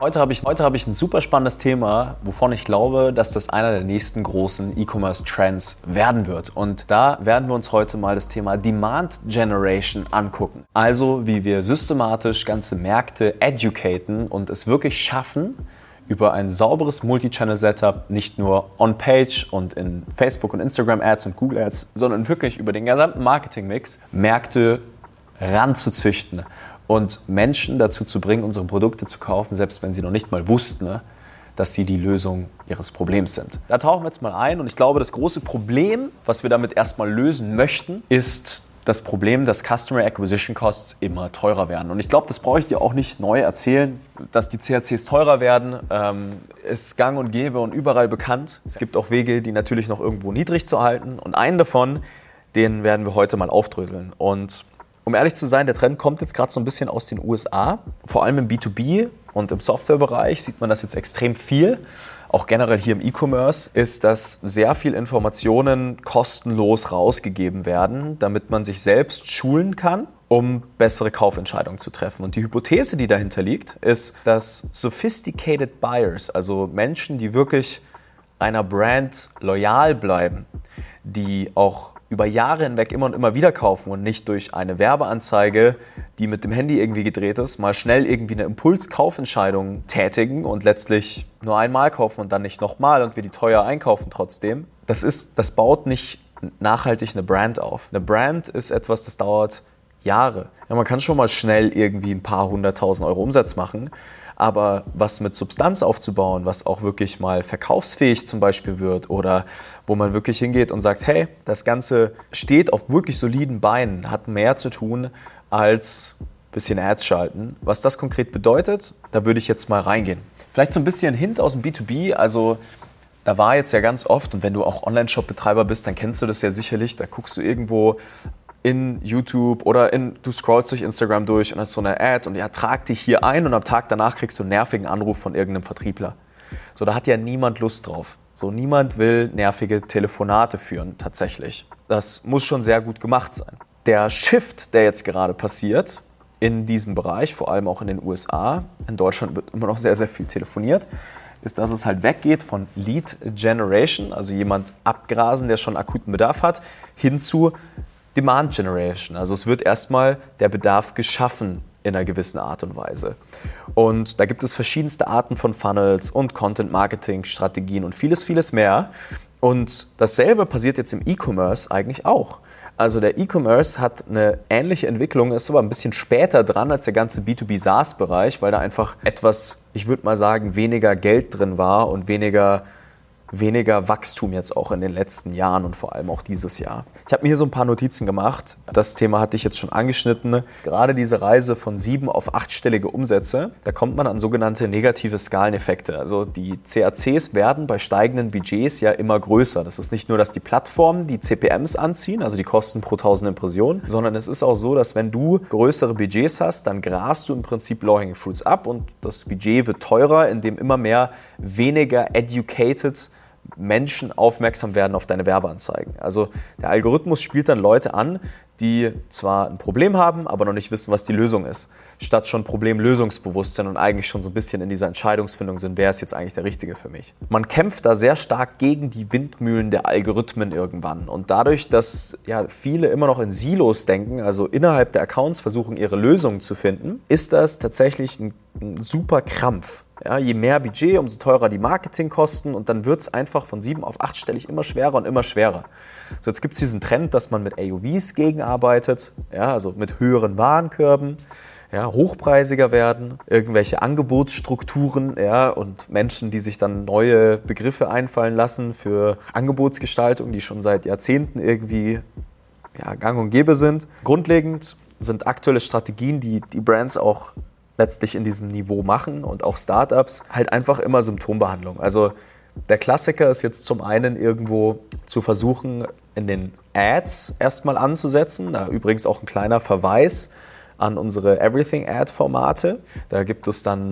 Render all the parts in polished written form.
Heute habe ich ein super spannendes Thema, wovon ich glaube, dass das einer der nächsten großen E-Commerce-Trends werden wird. Und da werden wir uns heute mal das Thema Demand Generation angucken. Also wie wir systematisch ganze Märkte educaten und es wirklich schaffen, über ein sauberes Multi-Channel-Setup nicht nur on-page und in Facebook und Instagram-Ads und Google-Ads, sondern wirklich über den gesamten Marketing-Mix Märkte ranzuzüchten und Menschen dazu zu bringen, unsere Produkte zu kaufen, selbst wenn sie noch nicht mal wussten, dass sie die Lösung ihres Problems sind. Da tauchen wir jetzt mal ein und ich glaube, das große Problem, was wir damit erstmal lösen möchten, ist das Problem, dass Customer Acquisition Costs immer teurer werden. Und ich glaube, das brauche ich dir auch nicht neu erzählen, dass die CACs teurer werden, ist gang und gäbe und überall bekannt. Es gibt auch Wege, die natürlich noch irgendwo niedrig zu halten und einen davon, den werden wir heute mal aufdröseln. Und um ehrlich zu sein, der Trend kommt jetzt gerade so ein bisschen aus den USA, vor allem im B2B und im Softwarebereich sieht man das jetzt extrem viel. Auch generell hier im E-Commerce ist, dass sehr viel Informationen kostenlos rausgegeben werden, damit man sich selbst schulen kann, um bessere Kaufentscheidungen zu treffen. Und die Hypothese, die dahinter liegt, ist, dass sophisticated buyers, also Menschen, die wirklich einer Brand loyal bleiben, die auch über Jahre hinweg immer und immer wieder kaufen und nicht durch eine Werbeanzeige, die mit dem Handy irgendwie gedreht ist, mal schnell irgendwie eine Impulskaufentscheidung tätigen und letztlich nur einmal kaufen und dann nicht nochmal und wir die teuer einkaufen trotzdem. Das baut nicht nachhaltig eine Brand auf. Eine Brand ist etwas, das dauert Jahre. Ja, man kann schon mal schnell irgendwie ein paar 100.000 Euro Umsatz machen, aber was mit Substanz aufzubauen, was auch wirklich mal verkaufsfähig zum Beispiel wird oder wo man wirklich hingeht und sagt, hey, das Ganze steht auf wirklich soliden Beinen, hat mehr zu tun als ein bisschen Ads schalten. Was das konkret bedeutet, da würde ich jetzt mal reingehen. Vielleicht so ein bisschen Hint aus dem B2B, also da war jetzt ja ganz oft, und wenn du auch Online-Shop-Betreiber bist, dann kennst du das ja sicherlich, da guckst du irgendwo in YouTube oder du scrollst durch Instagram durch und hast so eine Ad und ja, trag dich hier ein und am Tag danach kriegst du einen nervigen Anruf von irgendeinem Vertriebler. So, da hat ja niemand Lust drauf. So, niemand will nervige Telefonate führen, tatsächlich. Das muss schon sehr gut gemacht sein. Der Shift, der jetzt gerade passiert in diesem Bereich, vor allem auch in den USA, in Deutschland wird immer noch sehr, sehr viel telefoniert, ist, dass es halt weggeht von Lead Generation, also jemand abgrasen, der schon akuten Bedarf hat, hin zu Demand Generation. Also es wird erstmal der Bedarf geschaffen in einer gewissen Art und Weise. Und da gibt es verschiedenste Arten von Funnels und Content-Marketing-Strategien und vieles, vieles mehr. Und dasselbe passiert jetzt im E-Commerce eigentlich auch. Also der E-Commerce hat eine ähnliche Entwicklung, ist aber ein bisschen später dran als der ganze B2B-SaaS-Bereich, weil da einfach etwas, ich würde mal sagen, weniger Geld drin war und weniger Wachstum jetzt auch in den letzten Jahren und vor allem auch dieses Jahr. Ich habe mir hier so ein paar Notizen gemacht. Das Thema hatte ich jetzt schon angeschnitten. Das ist gerade diese Reise von 7- auf 8-stellige Umsätze. Da kommt man an sogenannte negative Skaleneffekte. Also die CACs werden bei steigenden Budgets ja immer größer. Das ist nicht nur, dass die Plattformen die CPMs anziehen, also die Kosten pro 1000 Impressionen, sondern es ist auch so, dass wenn du größere Budgets hast, dann grast du im Prinzip Low-Hanging Fruits ab und das Budget wird teurer, indem immer mehr weniger educated Menschen aufmerksam werden auf deine Werbeanzeigen. Also der Algorithmus spielt dann Leute an, die zwar ein Problem haben, aber noch nicht wissen, was die Lösung ist, statt schon Problemlösungsbewusstsein und eigentlich schon so ein bisschen in dieser Entscheidungsfindung sind, wer ist jetzt eigentlich der Richtige für mich. Man kämpft da sehr stark gegen die Windmühlen der Algorithmen irgendwann und dadurch, dass ja viele immer noch in Silos denken, also innerhalb der Accounts versuchen, ihre Lösungen zu finden, ist das tatsächlich ein super Krampf. Ja, je mehr Budget, umso teurer die Marketingkosten und dann wird es einfach von 7 auf 8-stellig immer schwerer und immer schwerer. So, jetzt gibt es diesen Trend, dass man mit AOVs gegenarbeitet, ja, also mit höheren Warenkörben, ja, hochpreisiger werden, irgendwelche Angebotsstrukturen, ja, und Menschen, die sich dann neue Begriffe einfallen lassen für Angebotsgestaltung, die schon seit Jahrzehnten irgendwie ja, gang und gäbe sind. Grundlegend sind aktuelle Strategien, die die Brands auch letztlich in diesem Niveau machen und auch Startups, halt einfach immer Symptombehandlung. Also der Klassiker ist jetzt zum einen irgendwo zu versuchen, in den Ads erstmal anzusetzen. Da übrigens auch ein kleiner Verweis an unsere Everything-Ad-Formate. Da gibt es dann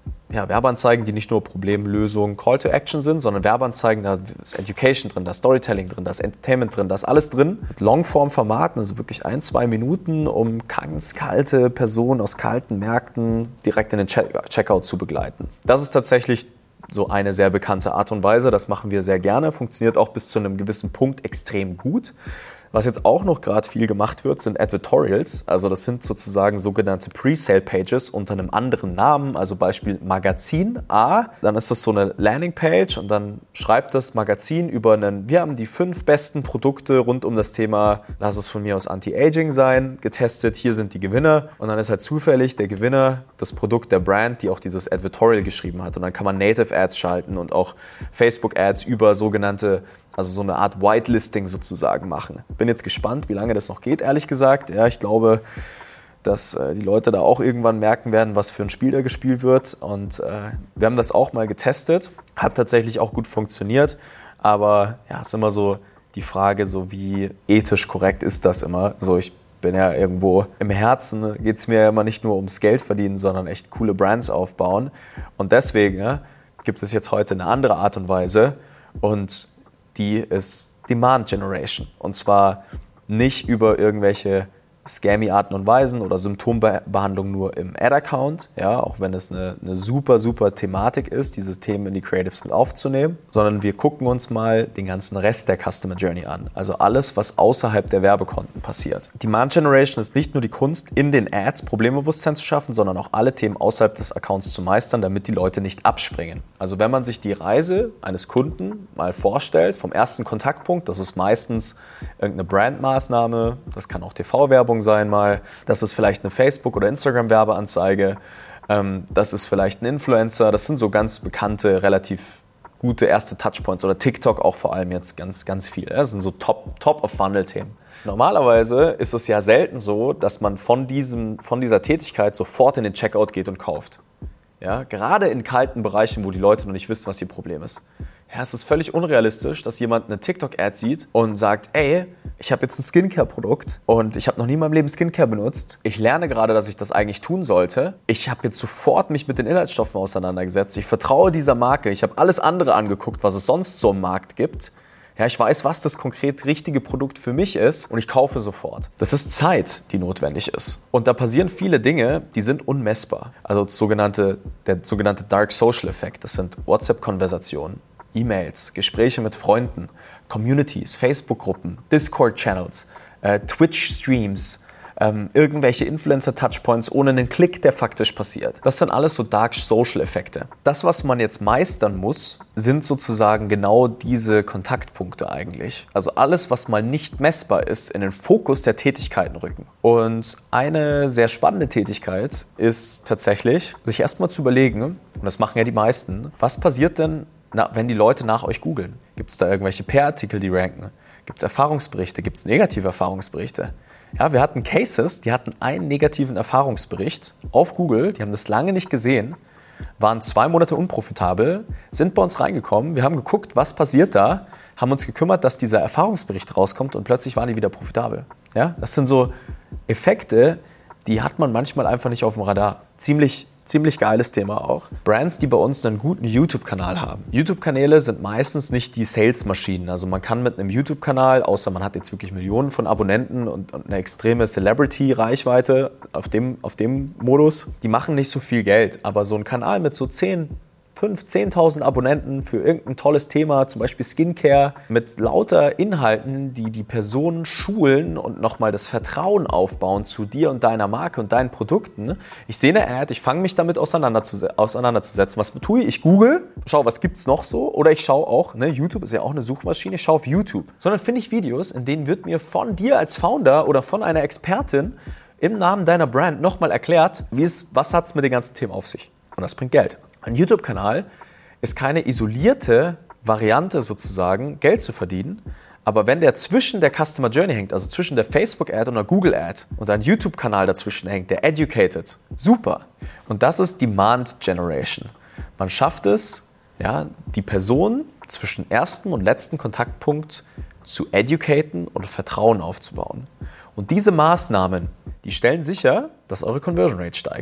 Werbeanzeigen, die nicht nur Problemlösung, Call to Action sind, sondern Werbeanzeigen, da ist Education drin, da ist Storytelling drin, da ist Entertainment drin, da ist alles drin. Mit Longform-Formaten, also wirklich 1-2 Minuten, um ganz kalte Personen aus kalten Märkten direkt in den Checkout zu begleiten. Das ist tatsächlich so eine sehr bekannte Art und Weise. Das machen wir sehr gerne, funktioniert auch bis zu einem gewissen Punkt extrem gut. Was jetzt auch noch gerade viel gemacht wird, sind Advertorials. Also das sind sozusagen sogenannte Pre-Sale-Pages unter einem anderen Namen. Also Beispiel Magazin A. Dann ist das so eine Landingpage und dann schreibt das Magazin über wir haben die 5 besten Produkte rund um das Thema, lass es von mir aus Anti-Aging sein, getestet. Hier sind die Gewinner. Und dann ist halt zufällig der Gewinner das Produkt der Brand, die auch dieses Advertorial geschrieben hat. Und dann kann man Native Ads schalten und auch Facebook Ads über sogenannte, also so eine Art Whitelisting sozusagen machen. Bin jetzt gespannt, wie lange das noch geht, ehrlich gesagt. Ja, ich glaube, dass die Leute da auch irgendwann merken werden, was für ein Spiel da gespielt wird. Und wir haben das auch mal getestet. Hat tatsächlich auch gut funktioniert. Aber ja, es ist immer so die Frage, so wie ethisch korrekt ist das immer. So, ich bin ja irgendwo im Herzen, geht es mir ja immer nicht nur ums Geld verdienen, sondern echt coole Brands aufbauen. Und deswegen gibt es jetzt heute eine andere Art und Weise. Und die ist Demand Generation. Und zwar nicht über irgendwelche scammy Arten und Weisen oder Symptombehandlung nur im Ad-Account, ja, auch wenn es eine super, super Thematik ist, diese Themen in die Creatives mit aufzunehmen, sondern wir gucken uns mal den ganzen Rest der Customer Journey an. Also alles, was außerhalb der Werbekonten passiert. Demand Generation ist nicht nur die Kunst, in den Ads Problembewusstsein zu schaffen, sondern auch alle Themen außerhalb des Accounts zu meistern, damit die Leute nicht abspringen. Also wenn man sich die Reise eines Kunden mal vorstellt, vom ersten Kontaktpunkt, das ist meistens irgendeine Brandmaßnahme, das kann auch TV-Werbung sein mal, das ist vielleicht eine Facebook- oder Instagram-Werbeanzeige, das ist vielleicht ein Influencer, das sind so ganz bekannte, relativ gute erste Touchpoints oder TikTok auch vor allem jetzt ganz, ganz viel. Das sind so Top-of-Funnel-Themen. Normalerweise ist es ja selten so, dass man von dieser Tätigkeit sofort in den Checkout geht und kauft. Ja, gerade in kalten Bereichen, wo die Leute noch nicht wissen, was ihr Problem ist. Ja, es ist völlig unrealistisch, dass jemand eine TikTok-Ad sieht und sagt, ey, ich habe jetzt ein Skincare-Produkt und ich habe noch nie in meinem Leben Skincare benutzt. Ich lerne gerade, dass ich das eigentlich tun sollte. Ich habe jetzt sofort mich mit den Inhaltsstoffen auseinandergesetzt. Ich vertraue dieser Marke. Ich habe alles andere angeguckt, was es sonst so im Markt gibt. Ja, ich weiß, was das konkret richtige Produkt für mich ist und ich kaufe sofort. Das ist Zeit, die notwendig ist. Und da passieren viele Dinge, die sind unmessbar. Also der sogenannte Dark Social Effekt. Das sind WhatsApp-Konversationen, E-Mails, Gespräche mit Freunden, Communities, Facebook-Gruppen, Discord-Channels, Twitch-Streams, irgendwelche Influencer-Touchpoints ohne einen Klick, der faktisch passiert. Das sind alles so Dark Social-Effekte. Das, was man jetzt meistern muss, sind sozusagen genau diese Kontaktpunkte eigentlich. Also alles, was mal nicht messbar ist, in den Fokus der Tätigkeiten rücken. Und eine sehr spannende Tätigkeit ist tatsächlich, sich erstmal zu überlegen, und das machen ja die meisten, was passiert denn, wenn die Leute nach euch googeln? Gibt es da irgendwelche PR-Artikel, die ranken? Gibt es Erfahrungsberichte? Gibt es negative Erfahrungsberichte? Ja, wir hatten Cases, die hatten einen negativen Erfahrungsbericht auf Google, die haben das lange nicht gesehen, waren 2 Monate unprofitabel, sind bei uns reingekommen, wir haben geguckt, was passiert da, haben uns gekümmert, dass dieser Erfahrungsbericht rauskommt und plötzlich waren die wieder profitabel. Ja, das sind so Effekte, die hat man manchmal einfach nicht auf dem Radar. Ziemlich geiles Thema auch. Brands, die bei uns einen guten YouTube-Kanal haben. YouTube-Kanäle sind meistens nicht die Sales-Maschinen. Also man kann mit einem YouTube-Kanal, außer man hat jetzt wirklich Millionen von Abonnenten und eine extreme Celebrity-Reichweite auf dem Modus, die machen nicht so viel Geld. Aber so ein Kanal mit so 10.000 Abonnenten für irgendein tolles Thema, zum Beispiel Skincare, mit lauter Inhalten, die die Personen schulen und nochmal das Vertrauen aufbauen zu dir und deiner Marke und deinen Produkten. Ich sehe eine Ad, ich fange mich damit auseinanderzusetzen. Was tue ich? Ich google, schaue, was gibt es noch so, oder ich schaue auch, YouTube ist ja auch eine Suchmaschine, ich schaue auf YouTube. Sondern finde ich Videos, in denen wird mir von dir als Founder oder von einer Expertin im Namen deiner Brand nochmal erklärt, was hat es mit den ganzen Themen auf sich. Und das bringt Geld. Ein YouTube-Kanal ist keine isolierte Variante sozusagen, Geld zu verdienen, aber wenn der zwischen der Customer Journey hängt, also zwischen der Facebook-Ad und der Google-Ad und ein YouTube-Kanal dazwischen hängt, der educated, super. Und das ist Demand Generation. Man schafft es, ja, die Person zwischen ersten und letzten Kontaktpunkt zu educaten und Vertrauen aufzubauen. Und diese Maßnahmen, die stellen sicher, dass eure Conversion Rate steigt.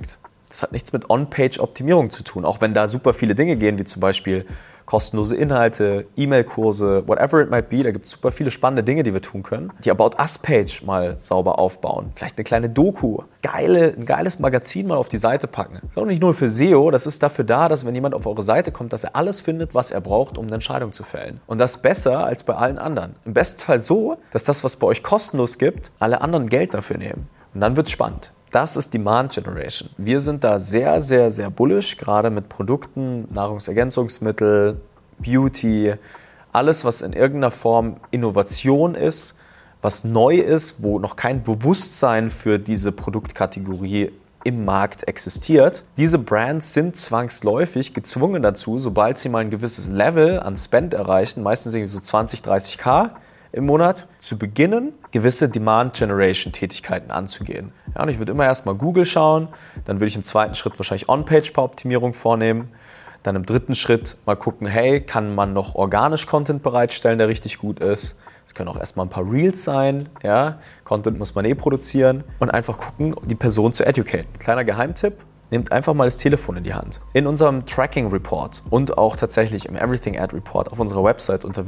Das hat nichts mit On-Page-Optimierung zu tun, auch wenn da super viele Dinge gehen, wie zum Beispiel kostenlose Inhalte, E-Mail-Kurse, whatever it might be. Da gibt es super viele spannende Dinge, die wir tun können. Die About Us-Page mal sauber aufbauen. Vielleicht eine kleine Doku. Ein geiles Magazin mal auf die Seite packen. Das ist auch nicht nur für SEO, das ist dafür da, dass wenn jemand auf eure Seite kommt, dass er alles findet, was er braucht, um eine Entscheidung zu fällen. Und das besser als bei allen anderen. Im besten Fall so, dass das, was bei euch kostenlos gibt, alle anderen Geld dafür nehmen. Und dann wird es spannend. Das ist Demand Generation. Wir sind da sehr, sehr, sehr bullish, gerade mit Produkten, Nahrungsergänzungsmittel, Beauty, alles, was in irgendeiner Form Innovation ist, was neu ist, wo noch kein Bewusstsein für diese Produktkategorie im Markt existiert. Diese Brands sind zwangsläufig gezwungen dazu, sobald sie mal ein gewisses Level an Spend erreichen, meistens irgendwie so 20, 30k, im Monat zu beginnen, gewisse Demand-Generation-Tätigkeiten anzugehen. Ja, und ich würde immer erstmal Google schauen, dann würde ich im zweiten Schritt wahrscheinlich On-Page-Optimierung vornehmen, dann im dritten Schritt mal gucken, hey, kann man noch organisch Content bereitstellen, der richtig gut ist. Es können auch erstmal ein paar Reels sein, ja, Content muss man produzieren und einfach gucken, die Person zu educaten. Kleiner Geheimtipp. Nehmt einfach mal das Telefon in die Hand. In unserem Tracking Report und auch tatsächlich im Everything Ad Report auf unserer Website unter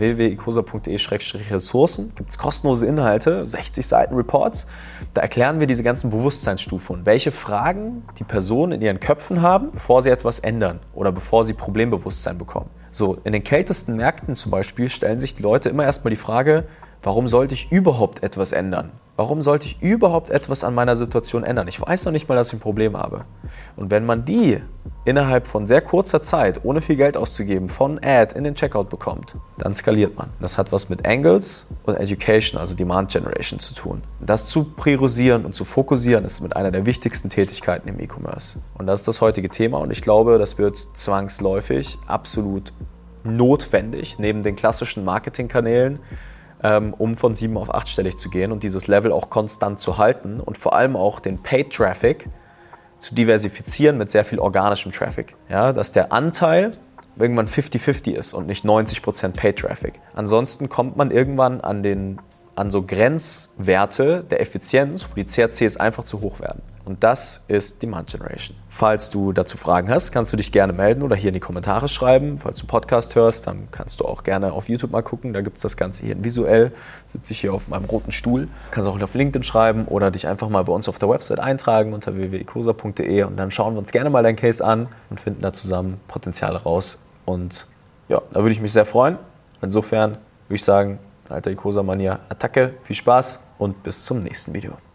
www.ecosa.de/ressourcen gibt es kostenlose Inhalte, 60 Seiten Reports. Da erklären wir diese ganzen Bewusstseinsstufen und welche Fragen die Personen in ihren Köpfen haben, bevor sie etwas ändern oder bevor sie Problembewusstsein bekommen. So, in den kältesten Märkten zum Beispiel stellen sich die Leute immer erstmal die Frage, warum sollte ich überhaupt etwas ändern? Warum sollte ich überhaupt etwas an meiner Situation ändern? Ich weiß noch nicht mal, dass ich ein Problem habe. Und wenn man die innerhalb von sehr kurzer Zeit, ohne viel Geld auszugeben, von Ad in den Checkout bekommt, dann skaliert man. Das hat was mit Angles und Education, also Demand Generation, zu tun. Das zu priorisieren und zu fokussieren, ist mit einer der wichtigsten Tätigkeiten im E-Commerce. Und das ist das heutige Thema und ich glaube, das wird zwangsläufig absolut notwendig, neben den klassischen Marketingkanälen, um von 7 auf 8-stellig zu gehen und dieses Level auch konstant zu halten und vor allem auch den Paid Traffic zu diversifizieren mit sehr viel organischem Traffic. Ja, dass der Anteil irgendwann 50-50 ist und nicht 90% Paid Traffic. Ansonsten kommt man irgendwann an so Grenzwerte der Effizienz, wo die CACs einfach zu hoch werden. Und das ist Demand Generation. Falls du dazu Fragen hast, kannst du dich gerne melden oder hier in die Kommentare schreiben. Falls du Podcast hörst, dann kannst du auch gerne auf YouTube mal gucken. Da gibt es das Ganze hier visuell. Sitze ich hier auf meinem roten Stuhl. Du kannst auch auf LinkedIn schreiben oder dich einfach mal bei uns auf der Website eintragen unter www.ecosa.de und dann schauen wir uns gerne mal deinen Case an und finden da zusammen Potenziale raus. Und ja, da würde ich mich sehr freuen. Insofern würde ich sagen, alter Ecosa-Manier, Attacke, viel Spaß und bis zum nächsten Video.